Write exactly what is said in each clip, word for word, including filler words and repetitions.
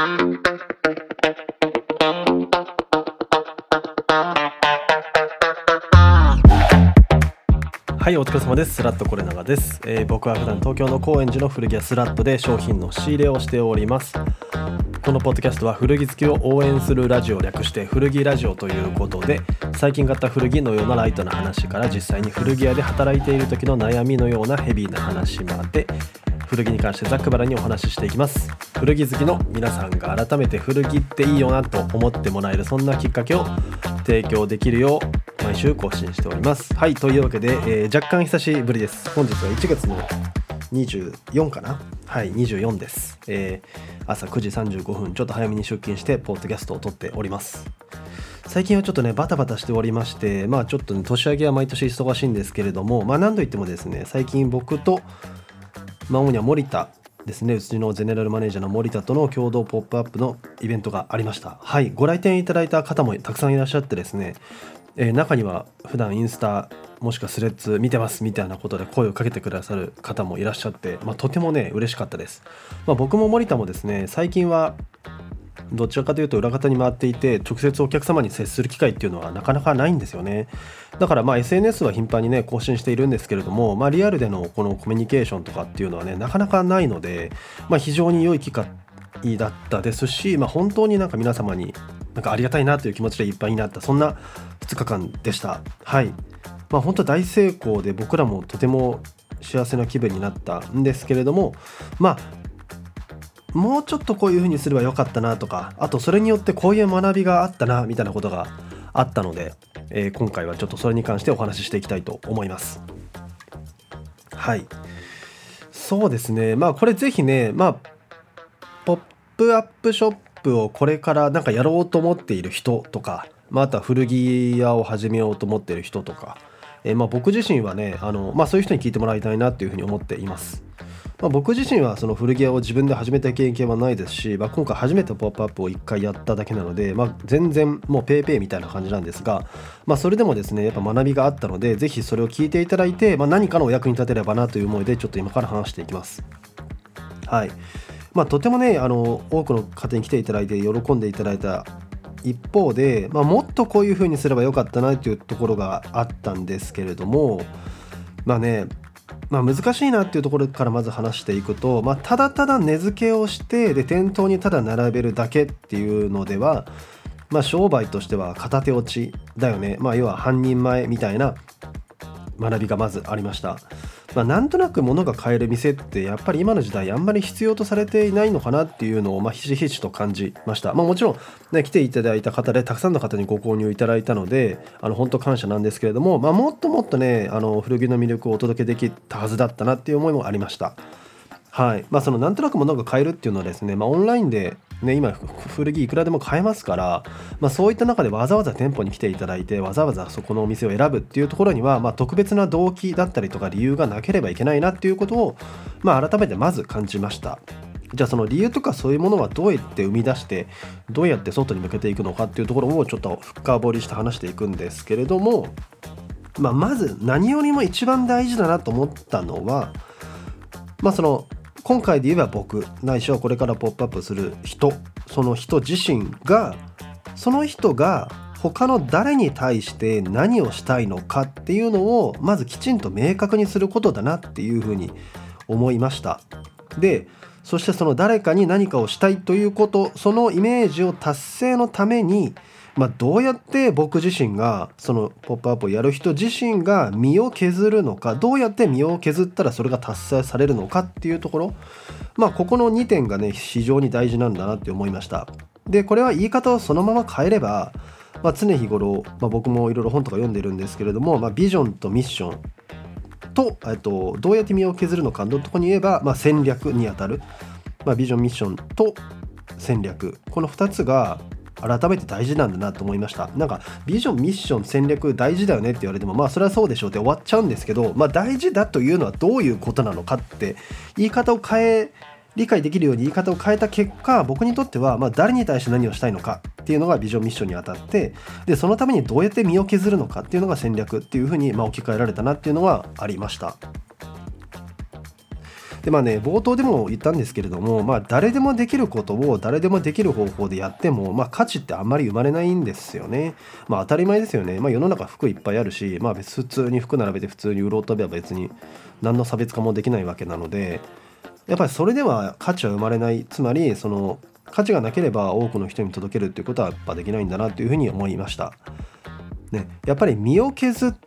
はい、お疲れ様です。スラットコレナガです、えー、僕は普段東京の高円寺の古着屋スラットで商品の仕入れをしております。このポッドキャストは古着好きを応援するラジオ、略して古着ラジオということで、最近買った古着のようなライトな話から実際に古着屋で働いている時の悩みのようなヘビーな話まで、古着に関してざっくばらんにお話ししていきます。古着好きの皆さんが改めて古着っていいよなと思ってもらえる、そんなきっかけを提供できるよう毎週更新しております。はい、というわけで、えー、若干久しぶりです。本日はいちがつのにじゅうよっかかな。はい、にじゅうよっかです、えー、朝くじさんじゅうごふん、ちょっと早めに出勤してポッドキャストを撮っております。最近はちょっとねバタバタしておりまして、まあちょっとね年明けは毎年忙しいんですけれども、まあ何度言ってもですね、最近僕とまあ主には森田ですね、うちのゼネラルマネージャーの森田との共同ポップアップのイベントがありました。はい、ご来店いただいた方もたくさんいらっしゃってですね、えー、中には普段インスタもしくはスレッズ見てますみたいなことで声をかけてくださる方もいらっしゃって、まあ、とてもね嬉しかったです。まあ、僕も森田もですね、最近はどちらかというと裏方に回っていて、直接お客様に接する機会っていうのはなかなかないんですよね。だからまあ エスエヌエス は頻繁にね更新しているんですけれども、まあ、リアルでのこのコミュニケーションとかっていうのはねなかなかないので、まあ、非常に良い機会だったですし、まあ、本当になんか皆様になんかありがたいなという気持ちでいっぱいになった、そんなふつかかんでした。はい、まあ、本当大成功で僕らもとても幸せな気分になったんですけれども、まあもうちょっとこういう風にすればよかったなとか、あとそれによってこういう学びがあったなみたいなことがあったので、えー、今回はちょっとそれに関してお話ししていきたいと思います。はい、そうですね、まあこれぜひね、まあポップアップショップをこれからなんかやろうと思っている人とか、まあ、あとは古着屋を始めようと思っている人とか、えー、まあ僕自身はねあの、まあ、そういう人に聞いてもらいたいなっていうふうに思っています。まあ、僕自身はその古着屋を自分で始めた経験はないですし、まあ、今回初めてポップアップをいっかいやっただけなので、まあ、全然もうペーペーみたいな感じなんですが、まあ、それでもですねやっぱ学びがあったので、ぜひそれを聞いていただいて、まあ、何かのお役に立てればなという思いでちょっと今から話していきます。はい、まあ、とてもねあの多くの方に来ていただいて喜んでいただいた一方で、まあ、もっとこういう風にすればよかったなというところがあったんですけれども、まあねまあ、難しいなっていうところからまず話していくと、まあ、ただただ値付けをしてで店頭にただ並べるだけっていうのでは、まあ、商売としては片手落ちだよね。まあ、要は半人前みたいな学びがまずありました。まあ、なんとなく物が買える店ってやっぱり今の時代あんまり必要とされていないのかなっていうのをまあひしひしと感じました。まあ、もちろん、ね、来ていただいた方でたくさんの方にご購入いただいたのであの本当感謝なんですけれども、まあ、もっともっとねあの古着の魅力をお届けできたはずだったなっていう思いもありました。はい、まあ、そのなんとなく物が買えるっていうのはですね、まあ、オンラインで、ね、今古着いくらでも買えますから、まあ、そういった中でわざわざ店舗に来ていただいてわざわざそこのお店を選ぶっていうところには、まあ、特別な動機だったりとか理由がなければいけないなっていうことを、まあ、改めてまず感じました。じゃあその理由とかそういうものはどうやって生み出してどうやって外に向けていくのかっていうところをちょっと深掘りして話していくんですけれども、まあ、まず何よりも一番大事だなと思ったのは、まあその今回で言えば僕ないしはこれからポップアップする人、その人自身がその人が他の誰に対して何をしたいのかっていうのをまずきちんと明確にすることだなっていうふうに思いました。で、そしてその誰かに何かをしたいということ、そのイメージを達成のために、まあ、どうやって僕自身がそのポップアップをやる人自身が身を削るのか、どうやって身を削ったらそれが達成されるのかっていうところ、まあここのにてんがね非常に大事なんだなって思いました。でこれは言い方をそのまま変えれば、まあ、常日頃、まあ、僕もいろいろ本とか読んでるんですけれども、まあ、ビジョンとミッションと、えっと、どうやって身を削るのかのところに言えば、まあ、戦略にあたる、まあ、ビジョンミッションと戦略、このふたつが改めて大事なんだなと思いました。なんかビジョンミッション戦略大事だよねって言われても、まあそれはそうでしょうって終わっちゃうんですけど、まあ大事だというのはどういうことなのかって言い方を変え理解できるように言い方を変えた結果、僕にとってはまあ誰に対して何をしたいのかっていうのがビジョンミッションにあたって、でそのためにどうやって身を削るのかっていうのが戦略っていうふうにまあ置き換えられたなっていうのはありました。 でまあね冒頭でも言ったんですけれども、まあ、誰でもできることを誰でもできる方法でやっても、まあ、価値ってあんまり生まれないんですよね。まあ当たり前ですよね。まあ、世の中服いっぱいあるし、まあ、別普通に服並べて普通に売ろうとべば別に何の差別化もできないわけなので、やっぱりそれでは価値は生まれない。つまりその価値がなければ多くの人に届けるっていうことはやっぱできないんだなというふうに思いましたね。やっぱり身を削って、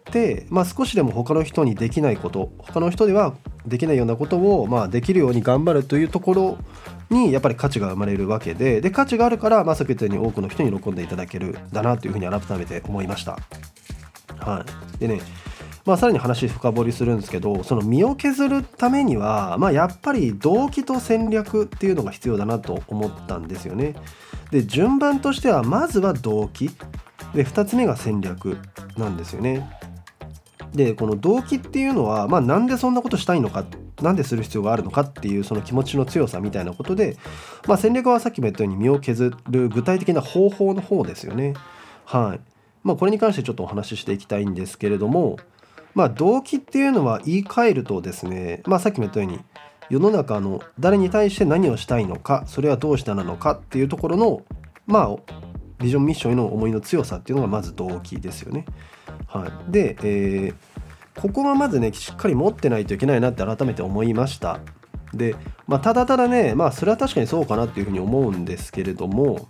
まあ、少しでも他の人にできないこと、他の人ではできないようなことを、まあ、できるように頑張るというところにやっぱり価値が生まれるわけで、で価値があるから、まあ、さっき言ったように多くの人に喜んでいただけるんだなというふうに改めて思いました。はい、でね、まあ、さらに話深掘りするんですけど、その身を削るためには、まあ、やっぱり動機と戦略っていうのが必要だなと思ったんですよね。で順番としてはまずは動機でふたつめが戦略なんですよね。でこの動機っていうのは、まあ、なんでそんなことしたいのか、なんでする必要があるのかっていうその気持ちの強さみたいなことで、まあ、戦略はさっきも言ったように身を削る具体的な方法の方ですよね。はい、まあ、これに関してちょっとお話ししていきたいんですけれども、まあ、動機っていうのは言い換えるとですね、まあ、さっきも言ったように世の中の誰に対して何をしたいのか、それはどうしてなのかっていうところの、まあビジョンミッションへの思いの強さっていうのがまず動機ですよね。はい、で、えー、ここがまずねしっかり持ってないといけないなって改めて思いました。で、まあ、ただただね、まあそれは確かにそうかなっていうふうに思うんですけれども、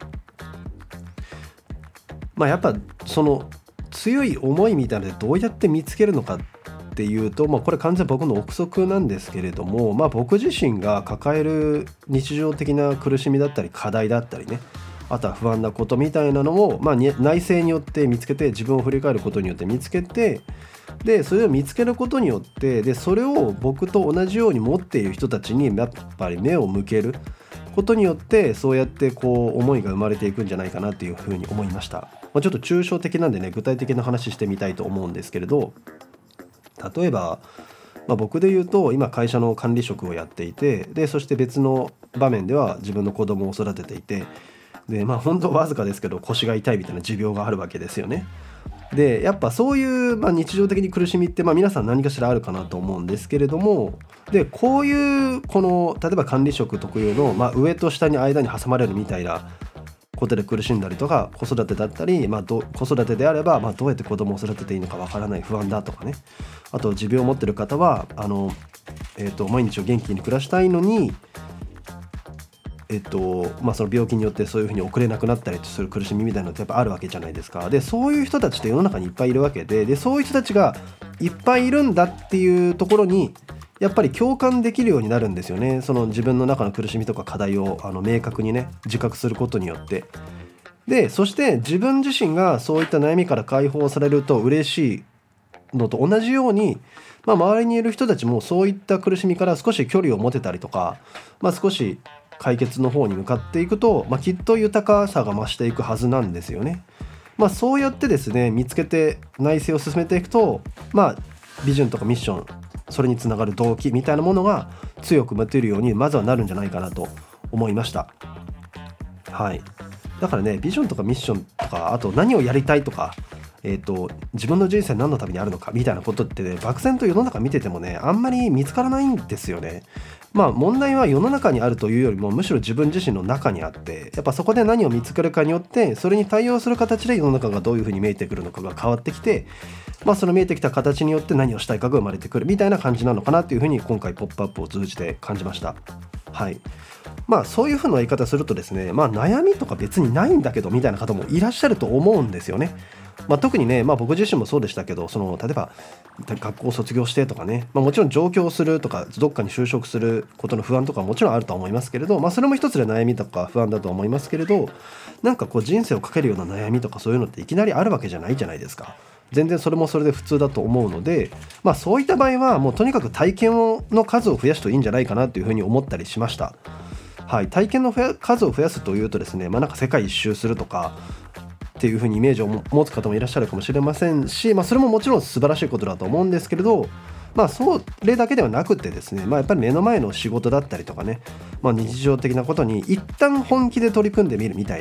まあやっぱその強い思いみたいなのでどうやって見つけるのかっていうと、まあ、これ完全に僕の憶測なんですけれども、まあ、僕自身が抱える日常的な苦しみだったり課題だったりね、あとは不安なことみたいなのを、まあ、内省によって見つけて、自分を振り返ることによって見つけて、でそれを見つけることによって、でそれを僕と同じように持っている人たちにやっぱり目を向けることによって、そうやってこう思いが生まれていくんじゃないかなっていうふうに思いました。まあ、ちょっと抽象的なんでね具体的な話してみたいと思うんですけれど、例えば、まあ、僕で言うと今会社の管理職をやっていて、でそして別の場面では自分の子供を育てていて、でまあ本当わずかですけど腰が痛いみたいな持病があるわけですよね。でやっぱそういう、まあ、日常的に苦しみって、まあ、皆さん何かしらあるかなと思うんですけれども、でこういうこの例えば管理職特有の、まあ、上と下に間に挟まれるみたいなことで苦しんだりとか、子育てだったり、まあ、ど子育てであれば、まあ、どうやって子供を育てていいのかわからない不安だとかね、あと持病を持ってる方はあの、えーと、毎日を元気に暮らしたいのにえっとまあ、その病気によってそういうふうに遅れなくなったりする苦しみみたいなのってやっぱあるわけじゃないですか。でそういう人たちって世の中にいっぱいいるわけで、でそういう人たちがいっぱいいるんだっていうところにやっぱり共感できるようになるんですよね。その自分の中の苦しみとか課題をあの明確にね自覚することによって、でそして自分自身がそういった悩みから解放されると嬉しいのと同じように、まあ、周りにいる人たちもそういった苦しみから少し距離を持てたりとか、まあ、少し解決の方に向かっていくと、まあ、きっと豊かさが増していくはずなんですよね。まあ、そうやってですね見つけて内省を進めていくと、まあ、ビジョンとかミッション、それにつながる動機みたいなものが強く持てるようにまずはなるんじゃないかなと思いました。はい、だからねビジョンとかミッションとか、あと何をやりたいとか、えーと、自分の人生何のためにあるのかみたいなことってね、漠然と世の中見ててもねあんまり見つからないんですよね。まあ問題は世の中にあるというよりも、むしろ自分自身の中にあって、やっぱそこで何を見つけるかによってそれに対応する形で世の中がどういうふうに見えてくるのかが変わってきて、まあその見えてきた形によって何をしたいかが生まれてくるみたいな感じなのかなというふうに今回ポップアップを通じて感じました。はい、まあそういうふうな言い方するとですね、まあ悩みとか別にないんだけどみたいな方もいらっしゃると思うんですよね。まあ、特にね、まあ、僕自身もそうでしたけど、その例えば学校を卒業してとかね、まあ、もちろん上京するとかどっかに就職することの不安とかももちろんあるとは思いますけれど、まあ、それも一つで悩みとか不安だとは思いますけれど、なんかこう人生をかけるような悩みとかそういうのっていきなりあるわけじゃないじゃないですか。全然それもそれで普通だと思うので、まあ、そういった場合はもうとにかく体験の数を増やすといいんじゃないかなというふうに思ったりしました。はい、体験の数を増やすというとですね、まあ、なんか世界一周するとかっていう風にイメージを持つ方もいらっしゃるかもしれませんし、まあ、それももちろん素晴らしいことだと思うんですけれど、まあそれだけではなくてですね、まあ、やっぱり目の前の仕事だったりとかね、まあ、日常的なことに一旦本気で取り組んでみるみたいな、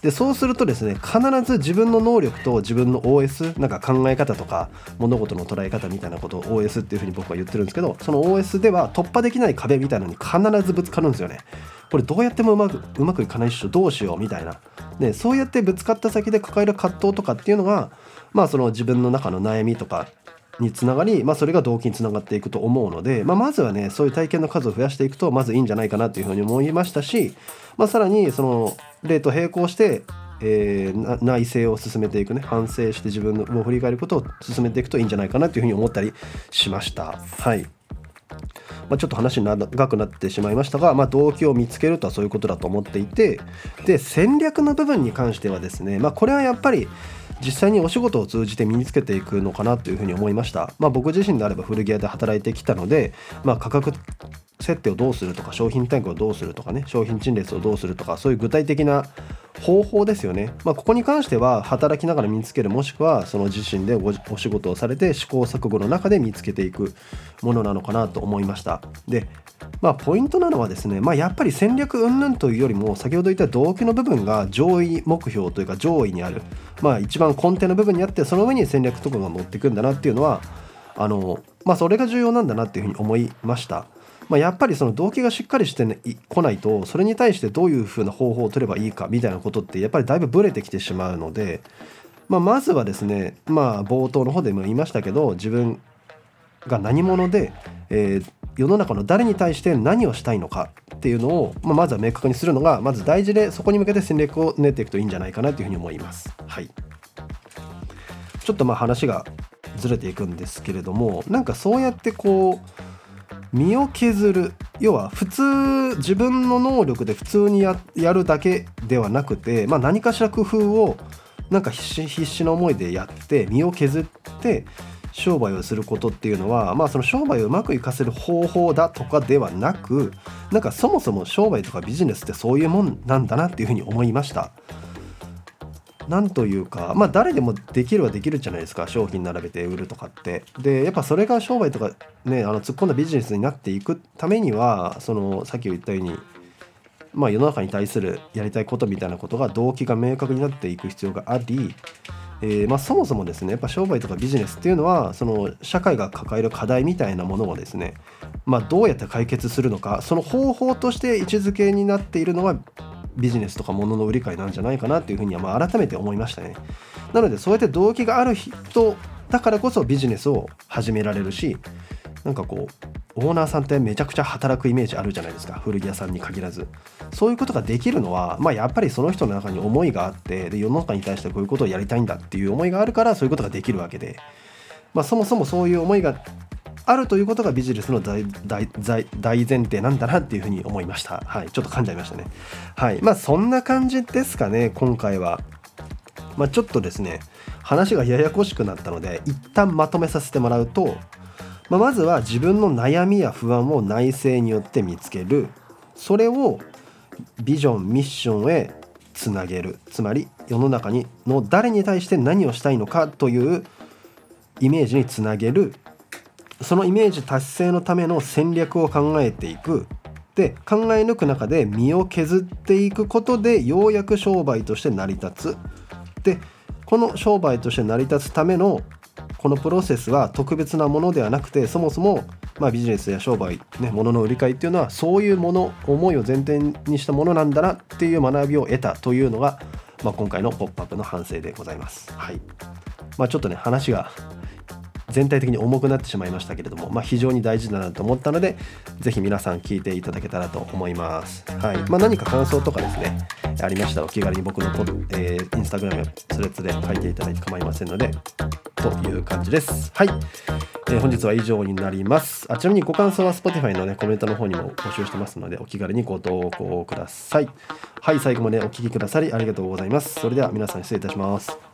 でそうするとですね、必ず自分の能力と自分の オーエス なんか考え方とか物事の捉え方みたいなことを オーエス っていうふうに僕は言ってるんですけど、その オーエス では突破できない壁みたいなのに必ずぶつかるんですよね。これどうやってもうまくうまくいかないっしょ、どうしようみたいな。でそうやってぶつかった先で抱える葛藤とかっていうのが、まあその自分の中の悩みとかにつながり、まあ、それが動機につながっていくと思うので、まあ、まずはねそういう体験の数を増やしていくとまずいいんじゃないかなというふうに思いましたし、まあ、さらにその例と並行して、えー、内省を進めていくね、反省して自分を振り返ることを進めていくといいんじゃないかなというふうに思ったりしました。はい、まあ、ちょっと話長くなってしまいましたが、まあ、動機を見つけるとはそういうことだと思っていて、で戦略の部分に関してはですね、まあ、これはやっぱり実際にお仕事を通じて身につけていくのかなというふうに思いました。まあ、僕自身であれば古着屋で働いてきたので、まあ、価格設定をどうするとか商品単価をどうするとかね、商品陳列をどうするとか、そういう具体的な方法ですよね。まあ、ここに関しては働きながら身につける、もしくはその自身で お, お仕事をされて試行錯誤の中で見つけていくものなのかなと思いました。でまあ、ポイントなのはですね、まあ、やっぱり戦略云々というよりも先ほど言った動機の部分が上位目標というか上位にある、まあ、一番根底の部分にあって、その上に戦略とかが乗っていくんだなっていうのはあの、まあ、それが重要なんだなっていうふうに思いました。まあ、やっぱりその動機がしっかりして、ね、こないと、それに対してどういうふうな方法を取ればいいかみたいなことってやっぱりだいぶブレてきてしまうので、まあ、まずはですね、まあ、冒頭の方でも言いましたけど、自分が何者で、えー、世の中の誰に対して何をしたいのかっていうのを、まあ、まずは明確にするのがまず大事で、そこに向けて戦略を練っていくといいんじゃないかなというふうに思います。はい、ちょっとまあ話がずれていくんですけれども、なんかそうやってこう身を削る、要は普通自分の能力で普通に や, やるだけではなくて、まあ、何かしら工夫をなんか必死必死の思いでやって身を削って商売をすることっていうのは、まあその商売をうまくいかせる方法だとかではなく、なんかそもそも商売とかビジネスってそういうもんなんだなっていうふうに思いました。なんというか、まあ誰でもできるはできるじゃないですか、商品並べて売るとかって。でやっぱそれが商売とかね、あの突っ込んだビジネスになっていくためには、そのさっき言ったように、まあ世の中に対するやりたいことみたいなことが動機が明確になっていく必要があり、えーまあ、そもそもですね、やっぱ商売とかビジネスっていうのはその社会が抱える課題みたいなものをですね、まあ、どうやって解決するのか、その方法として位置づけになっているのがビジネスとか物の売り買いなんじゃないかなっていうふうにはまあ改めて思いましたね。なのでそうやって動機がある人だからこそビジネスを始められるし、なんかこうオーナーさんってめちゃくちゃ働くイメージあるじゃないですか、古着屋さんに限らず。そういうことができるのは、まあ、やっぱりその人の中に思いがあって、で世の中に対してこういうことをやりたいんだっていう思いがあるから、そういうことができるわけで、まあ、そもそもそういう思いがあるということがビジネスの 大, 大, 大, 大前提なんだなっていうふうに思いました。はい、ちょっと噛んじゃいましたね。はい、まあそんな感じですかね、今回は。まあ、ちょっとですね話がややこしくなったので一旦まとめさせてもらうと、まあ、まずは自分の悩みや不安を内省によって見つける、それをビジョンミッションへつなげる、つまり世の中にの誰に対して何をしたいのかというイメージにつなげる、そのイメージ達成のための戦略を考えていく。で考え抜く中で身を削っていくことでようやく商売として成り立つ。でこの商売として成り立つためのこのプロセスは特別なものではなくて、そもそもまあビジネスや商売、ね、物の売り買いっていうのはそういうもの、思いを前提にしたものなんだなっていう学びを得たというのが、まあ、今回のポップアップの反省でございます。はい、まあ、ちょっとね話が全体的に重くなってしまいましたけれども、まあ、非常に大事だなと思ったので、ぜひ皆さん聞いていただけたらと思います。はい、まあ、何か感想とかですねありましたらお気軽に僕のポ、えー、インスタグラムやスレッズで書いていただいて構いませんのでという感じです。はい、えー、本日は以上になります。あちなみにご感想は Spotify の、ね、コメントの方にも募集してますのでお気軽にご投稿ください。はい、最後までお聞きくださりありがとうございます。それでは皆さん失礼いたします。